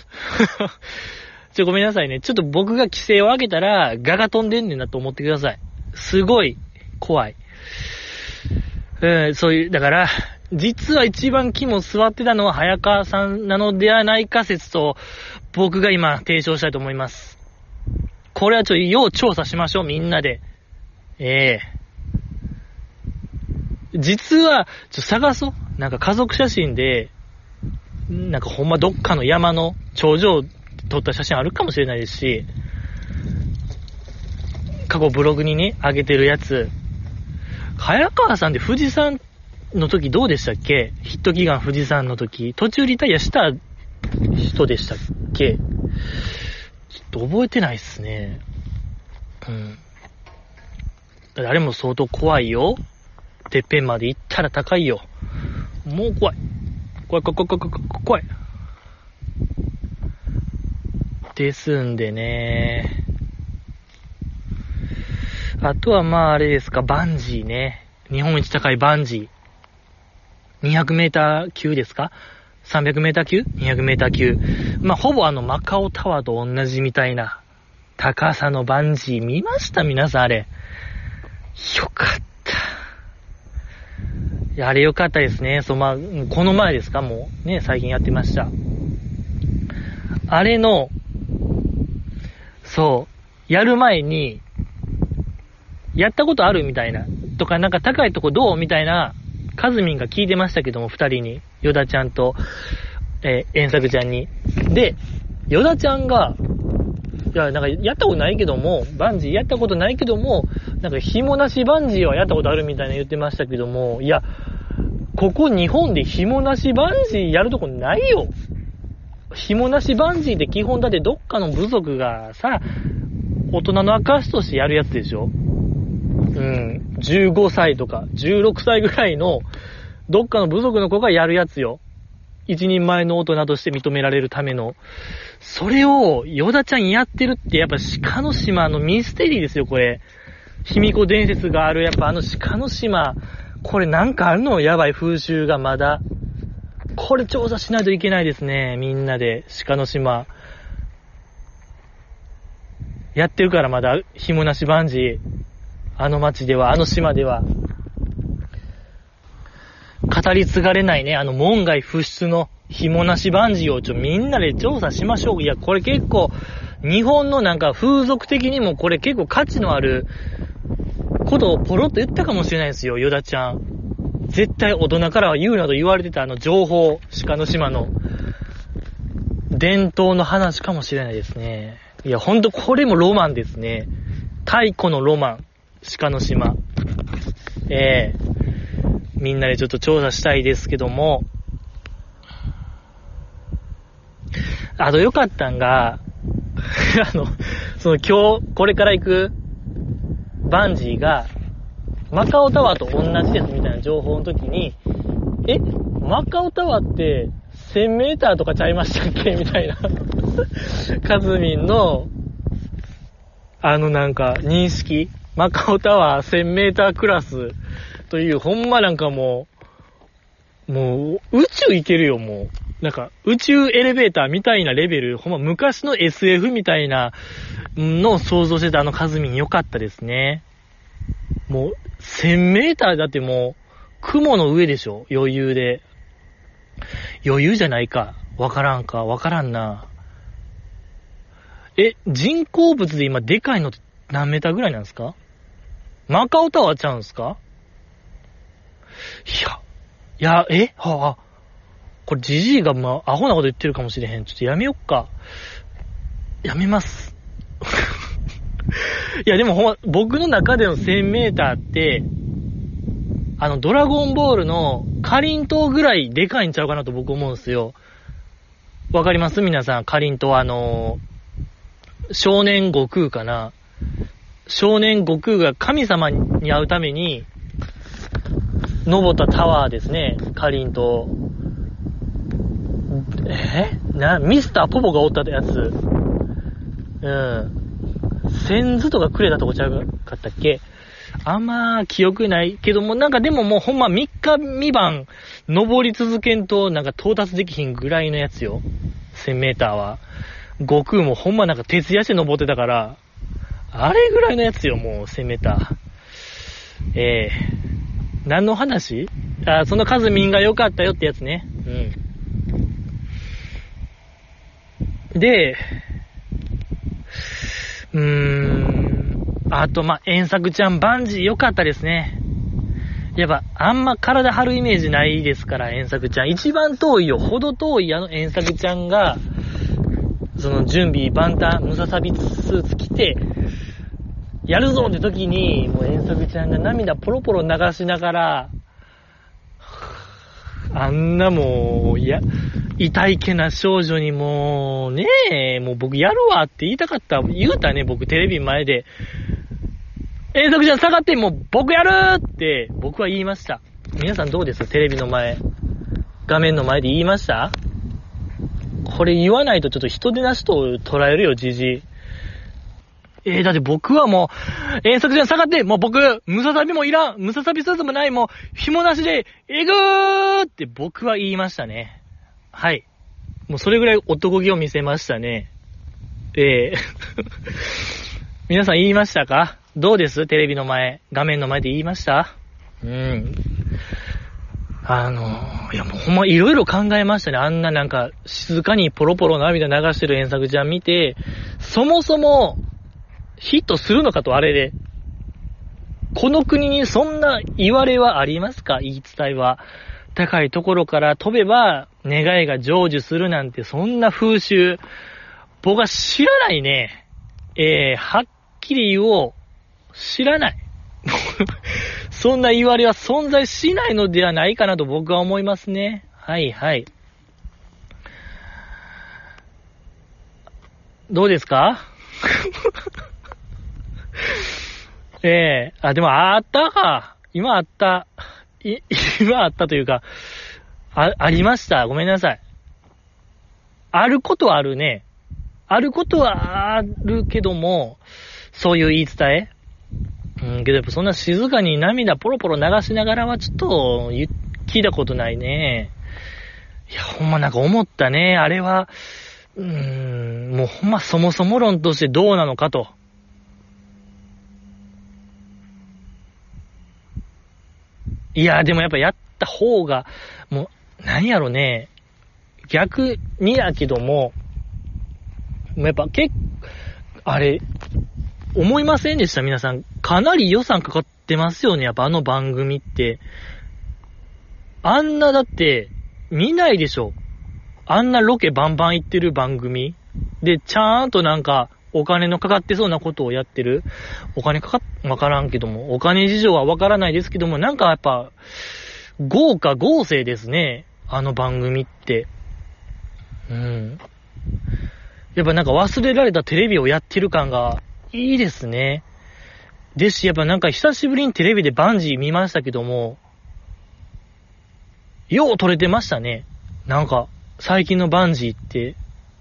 ちょごめんなさいね。ちょっと僕が規制を上げたらガが飛んでんねんなと思ってください。すごい怖い。うん、そういう、だから、実は一番肝座ってたのは早川さんなのではないか説と、僕が今提唱したいと思います。これはちょっと要調査しましょう、みんなで。ええー。実は、ちょっと探そう。なんか家族写真で、なんかほんまどっかの山の頂上を撮った写真あるかもしれないですし、過去ブログにね、上げてるやつ、早川さんで富士山の時どうでしたっけ？ヒット祈願富士山の時、途中リタイアした人でしたっけ？ちょっと覚えてないっすね。うん。あれも相当怖いよ。てっぺんまで行ったら高いよ。もう怖い。怖い怖い怖い怖い怖い怖い。ですんでね。あとはまああれですか、バンジーね。日本一高いバンジー。にひゃくメーター級ですか ?さんびゃくメーター級 ?にひゃくメーター級。まあほぼあのマカオタワーと同じみたいな高さのバンジー見ました皆さんあれ。よかった。いや、あれよかったですね。そう、まあ、この前ですかもうね、最近やってました。あれの、そう、やる前に、やったことあるみたいな、とか、なんか高いとこどうみたいな、カズミンが聞いてましたけども、二人に、ヨダちゃんと、えー、エンサクちゃんに。で、ヨダちゃんが、いや、なんか、やったことないけども、バンジーやったことないけども、なんか、紐なしバンジーはやったことあるみたいな言ってましたけども、いや、ここ日本で紐なしバンジーやるとこないよ。紐なしバンジーって基本だってどっかの部族がさ、大人の証としてやるやつでしょ。うん。じゅうごさいとかじゅうろくさいぐらいのどっかの部族の子がやるやつよ。一人前の大人として認められるための。それをヨダちゃんやってるってやっぱ鹿の島のミステリーですよ、これ。卑弥呼伝説があるやっぱあの鹿の島、これなんかあるの？やばい風習がまだ。これ調査しないといけないですね。みんなで鹿の島。やってるからまだ紐なしバンジー。あの町では、あの島では。語り継がれないね、あの門外不出の紐なしバンジーをちょみんなで調査しましょう。いや、これ結構、日本のなんか風俗的にもこれ結構価値のあることをポロッと言ったかもしれないですよ、ヨダちゃん。絶対大人からは言うなと言われてたあの情報、鹿の島の伝統の話かもしれないですね。いや、ほんとこれもロマンですね。太古のロマン、鹿の島。ええー、みんなでちょっと調査したいですけども、あと良かったんが、あの、その今日、これから行くバンジーが、マカオタワーと同じですみたいな情報の時に、え、マカオタワーってせんメーターとかちゃいましたっけみたいな。カズミンの、あのなんか認識、マカオタワーせんメータークラスという、ほんまなんかもう、もう宇宙行けるよ、もう。なんか宇宙エレベーターみたいなレベル、ほんま昔の エスエフ みたいなのを想像してたあのカズミン良かったですね。もうせんメーターだってもう雲の上でしょ、余裕で。余裕じゃないか。わからんか。わからんな。え、人工物で今でかいのって何メーターぐらいなんですか？マカオタワーちゃうんですか？いや、いや、えはあ、これジジイがまあ、アホなこと言ってるかもしれへん。ちょっとやめよっか。やめます。いや、でもほんま、僕の中でのせんメーターって、あの、ドラゴンボールのカリン島ぐらいでかいんちゃうかなと僕思うんですよ。わかります皆さん、カリン島、あのー、少年悟空かな。少年悟空が神様に会うために、登ったタワーですね、カリン島。えな、ミスターポポがおったやつ。うん。センズとかくれたとこちゃうかったっけ？あんま記憶ないけども、なんかでももうほんまみっかみばん登り続けんとなんか到達できひんぐらいのやつよ。せんメーターは。悟空もほんまなんか徹夜して登ってたから、あれぐらいのやつよ、もうせんメーター。 えー、何の話？あ、そのカズミンが良かったよってやつね。うん。で、うーん、あと、ま、遠作ちゃんバンジー良かったですね。やっぱ、あんま体張るイメージないですから、遠作ちゃん。一番遠いよ、ほど遠いあの遠作ちゃんが、その準備万端、ムササビスーツ着て、やるぞって時に、もう遠作ちゃんが涙ポロポロ流しながら、あんなもう、いや、痛いけな少女にもう、ねえ、もう僕やるわって言いたかった。言うたね、僕テレビ前で。遠作ちゃん下がって、もう僕やるって僕は言いました。皆さんどうです？テレビの前、画面の前で言いました？これ言わないとちょっと人でなしと捉えるよ、じじい。えー、だって僕はもう、遠作ちゃん下がって、もう僕、ムササビもいらん、ムササビスーツもない、もう、紐なしで、えぐーって僕は言いましたね。はい。もうそれぐらい男気を見せましたね。えー、皆さん言いましたか？どうです？テレビの前、画面の前で言いました？うん。あの、いやもうほんまいろいろ考えましたね。あんななんか、静かにポロポロ涙流してる遠作ちゃん見て、そもそも、ヒットするのかと、あれで。この国にそんな言われはありますか？言い伝えは。高いところから飛べば願いが成就するなんて、そんな風習、僕は知らないね。えー、はっきり言おう。知らない。そんな言われは存在しないのではないかなと僕は思いますね。はいはい。どうですか？ええー、あ、でもあったか。今あった。い、今あったというか、あ、ありました。ごめんなさい。あることはあるね。あることはあるけども、そういう言い伝え。うん、けどやっぱそんな静かに涙ポロポロ流しながらはちょっと聞いたことないね。いや、ほんまなんか思ったね。あれは、うーん、もうほんまそもそも論としてどうなのかと。いや、でもやっぱやった方が、もう、なんやろね。逆にやけども、もうやっぱ結構、あれ、思いませんでした皆さん。かなり予算かかってますよね。やっぱあの番組って。あんなだって、見ないでしょ。あんなロケバンバン行ってる番組で、ちゃんとなんか、お金のかかってそうなことをやってる。お金かかっ、わからんけども、お金事情はわからないですけども、なんかやっぱ、豪華豪勢ですね。あの番組って。うん。やっぱなんか忘れられたテレビをやってる感がいいですね。ですし、やっぱなんか久しぶりにテレビでバンジー見ましたけども、よう撮れてましたね。なんか、最近のバンジーって、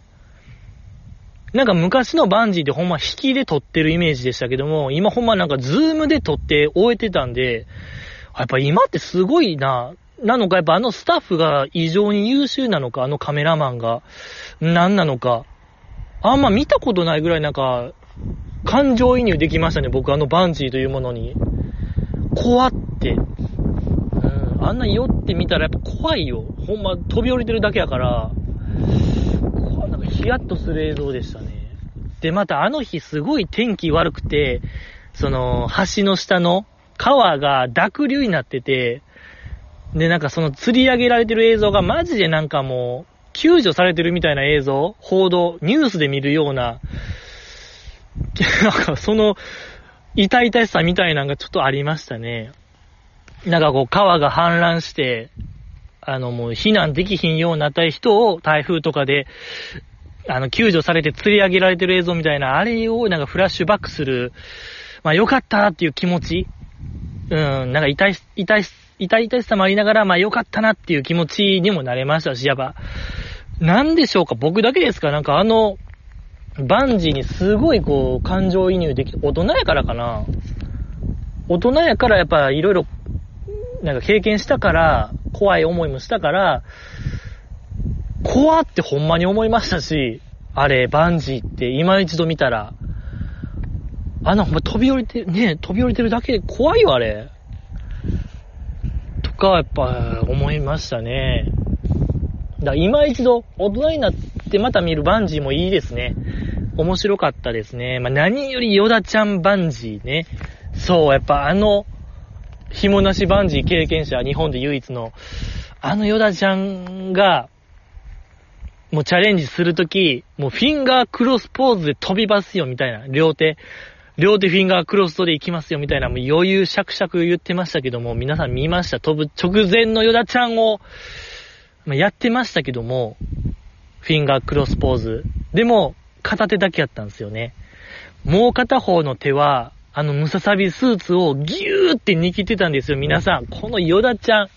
なんか昔のバンジーってほんま引きで撮ってるイメージでしたけども、今ほんまなんかズームで撮って終えてたんで、やっぱ今ってすごいな、なのかやっぱあのスタッフが異常に優秀なのか、あのカメラマンが、なんなのか、あんま見たことないぐらいなんか、感情移入できましたね、僕あのバンジーというものに。怖って。うん、あんな酔ってみたらやっぱ怖いよ。ほんま飛び降りてるだけやから、なんかヒヤッとする映像でしたね。で、またあの日すごい天気悪くて、その橋の下の川が濁流になってて、で、なんかその釣り上げられてる映像がマジでなんかもう、救助されてるみたいな映像、報道、ニュースで見るような、なんかその、痛々しさみたいなのがちょっとありましたね。なんかこう川が氾濫して、あのもう避難できひんようになった人を台風とかで、あの救助されて釣り上げられてる映像みたいな、あれをなんかフラッシュバックする、まあ良かったっていう気持ち、うん、なんか痛い、痛い、痛々しさもありながら、まあ良かったなっていう気持ちにもなれましたし、やっぱ、なんでしょうか、僕だけですか、なんかあの、バンジーにすごいこう、感情移入でき、大人やからかな。大人やからやっぱいろいろ、なんか経験したから、怖い思いもしたから、怖ってほんまに思いましたし、あれ、バンジーって今一度見たら、 あの、飛び降りて、ね、飛び降りてるだけで怖いよ、あれ。とか、やっぱ、思いましたね。だから今一度、大人になってまた見るバンジーもいいですね。面白かったですね。まあ、何よりヨダちゃんバンジーね。そう、やっぱあの、紐なしバンジー経験者、日本で唯一の、あのヨダちゃんが、もうチャレンジするとき、もうフィンガークロスポーズで飛びますよみたいな。両手、両手フィンガークロスで行きますよみたいな。もう余裕シャクシャク言ってましたけども、皆さん見ました？飛ぶ直前のヨダちゃんを、まあ、やってましたけども、フィンガークロスポーズ。でも、片手だけやったんですよね。もう片方の手は、あのムササビスーツをギューって握ってたんですよ。皆さん、このヨダちゃん。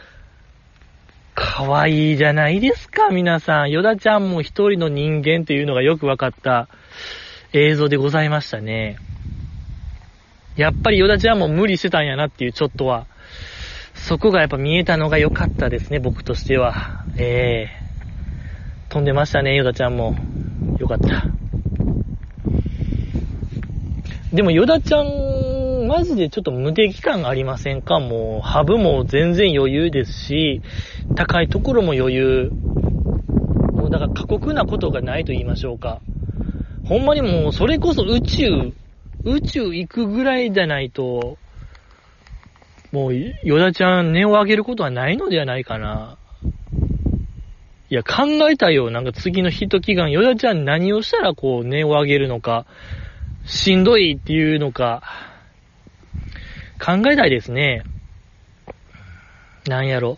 かわいいじゃないですか、皆さん。ヨダちゃんも一人の人間というのがよくわかった映像でございましたね。やっぱりヨダちゃんも無理してたんやなっていうちょっとは、そこがやっぱ見えたのが良かったですね、僕としては。ええー、飛んでましたね、ヨダちゃんも。よかった。でもヨダちゃん、マジでちょっと無敵感がありませんか？もう、ハブも全然余裕ですし、高いところも余裕。もうだから過酷なことがないと言いましょうか。ほんまにもう、それこそ宇宙、宇宙行くぐらいじゃないと、もう、ヨダちゃん音を上げることはないのではないかな。いや、考えたよ。なんか次のヒット祈願、ヨダちゃん何をしたらこう、音を上げるのか、しんどいっていうのか、考えたいですね。なんやろ。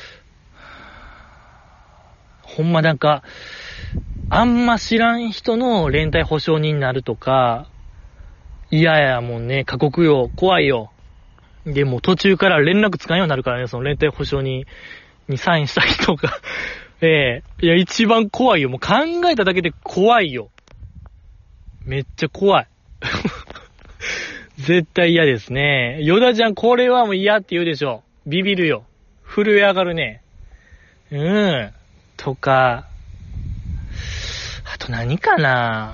ほんまなんか、あんま知らん人の連帯保証人になるとか、嫌やもんね、過酷よ、怖いよ。でも途中から連絡つかんようになるからね、その連帯保証人にサインした人が。ええー、いや、一番怖いよ。もう考えただけで怖いよ。めっちゃ怖い。絶対嫌ですね。ヨダちゃん、これはもう嫌って言うでしょ。ビビるよ。震え上がるね。うん。とか、あと何かな。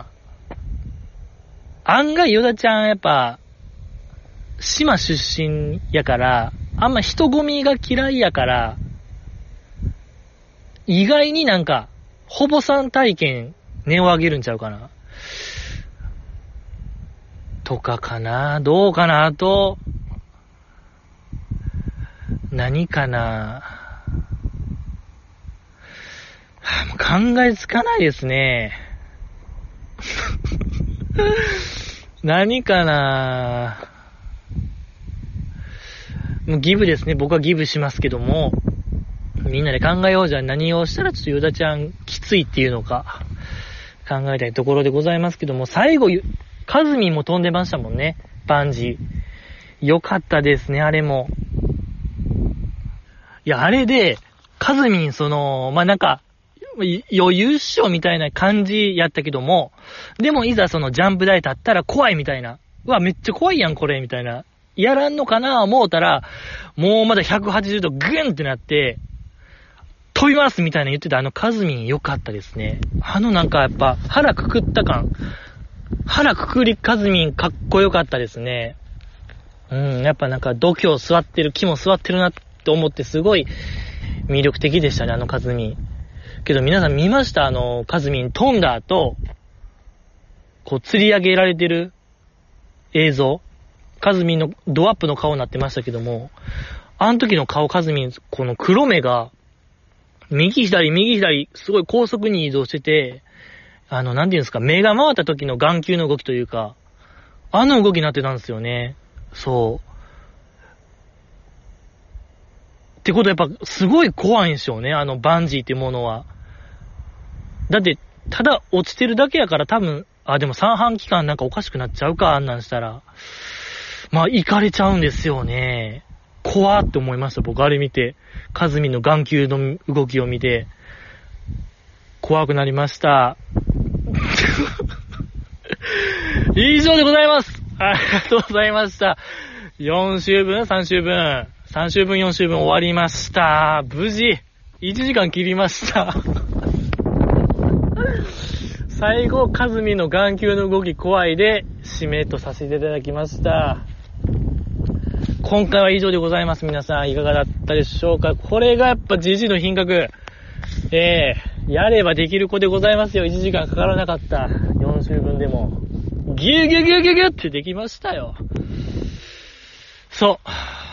案外ヨダちゃんやっぱ、島出身やから、あんま人混みが嫌いやから、意外になんか、ほぼさん体験、音を上げるんちゃうかな。とかかな。どうかな。あと、何かな。はあ、もう考えつかないですね。何かな。もうギブですね。僕はギブしますけども、みんなで考えよう。じゃあ何をしたらちょっとヨダちゃんきついっていうのか考えたいところでございますけども、最後カズミンも飛んでましたもんね、バンジー。よかったですね、あれも。いや、あれでカズミンそのまあ、なんか余裕っしょみたいな感じやったけども、でもいざそのジャンプ台立ったら怖いみたいな、うわめっちゃ怖いやんこれみたいな、やらんのかな思うたら、もうまだひゃくはちじゅうどグーンってなって飛びますみたいな言ってたあのカズミン良かったですね。あのなんかやっぱ腹くくった感、腹くくりカズミンかっこよかったですね。うん、やっぱなんか度胸座ってる、気も座ってるなって思ってすごい魅力的でしたね、あのカズミン。けど皆さん見ました？あのカズミン飛んだ後、こう吊り上げられてる映像。カズミンのドアップの顔になってましたけども、あの時の顔、カズミン、この黒目が、右左、右左、すごい高速に移動してて、あの、なんていうんですか、目が回った時の眼球の動きというか、あの動きになってたんですよね。そう。ってことはやっぱ、すごい怖いんですよね、あのバンジーっていうものは。だって、ただ落ちてるだけやから多分、あ、でも三半規管なんかおかしくなっちゃうか、あんなんしたら。まあ、行かれちゃうんですよね。怖って思いました、僕あれ見て。カズミンの眼球の動きを見て、怖くなりました。以上でございます。ありがとうございました。よん週分 ?さん 週分。さん週分、よん週分終わりました。無事、いちじかん切りました。最後、カズミの眼球の動き怖いで締めとさせていただきました。今回は以上でございます。皆さんいかがだったでしょうか。これがやっぱ ジージー の品格。えー、やればできる子でございますよ。いちじかんかからなかった。よん週分でも。ギュギュギュギュギュってできましたよ。そう。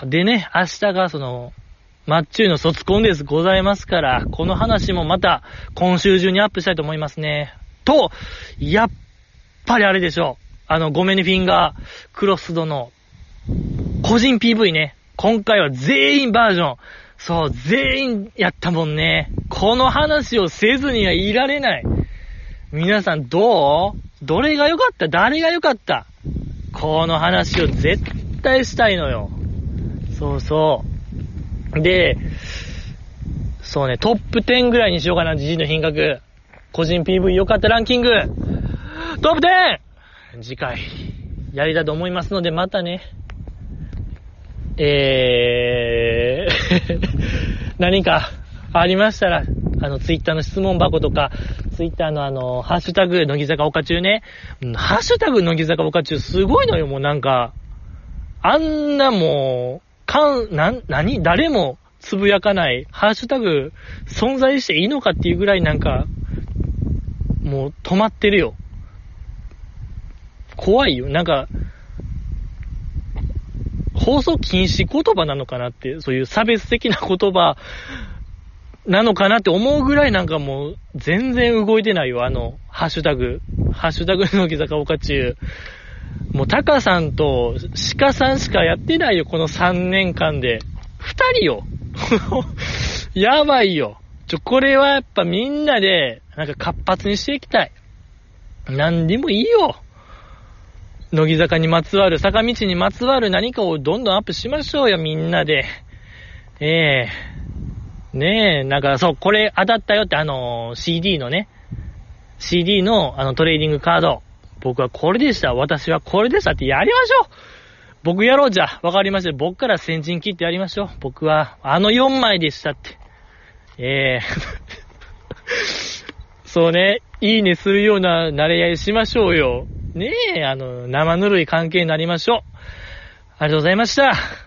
でね、明日がその、マッチューの卒コンですございますから、この話もまた今週中にアップしたいと思いますね。と、やっぱりあれでしょう。あの、ごめんねフィンガークロスドの個人 ピーブイ ね。今回は全員バージョン。そう、全員やったもんね。この話をせずにはいられない。皆さんどう？どれが良かった？誰が良かった？この話を絶対したいのよ。そうそう。で、そうね、トップじゅうぐらいにしようかな、ジジイの品格。個人 ピーブイ 良かったランキング。トップじゅう！次回、やりたいと思いますので、またね。えー、何かありましたら、あの、ツイッターの質問箱とか、ツイッターのあの、ハッシュタグ、乃木坂岡中ね。ハッシュタグ、乃木坂岡中、すごいのよ、もうなんか。あんなもう、かん、な、なに誰もつぶやかない、ハッシュタグ、存在していいのかっていうぐらいなんか、もう止まってるよ。怖いよ。なんか、放送禁止言葉なのかなって、そういう差別的な言葉なのかなって思うぐらいなんかもう全然動いてないよ。あの、ハッシュタグ。ハッシュタグの木坂岡中。もうタカさんと鹿さんしかやってないよ。このさんねんかんで。ふたりよ。やばいよ。ちょ、これはやっぱみんなでなんか活発にしていきたい。なんでもいいよ。乃木坂にまつわる、坂道にまつわる何かをどんどんアップしましょうよ、みんなで。ええー。ねえ、なんかそう、これ当たったよって、あのー、シーディー のね、シーディー のあのトレーディングカード。僕はこれでした。私はこれでしたってやりましょう。僕やろうじゃ。わかりました。僕から先陣切ってやりましょう。僕はあのよんまいでしたって。ええー。そうね、いいねするような慣れ合いしましょうよ。ねえ、あの、生ぬるい関係になりましょう。ありがとうございました。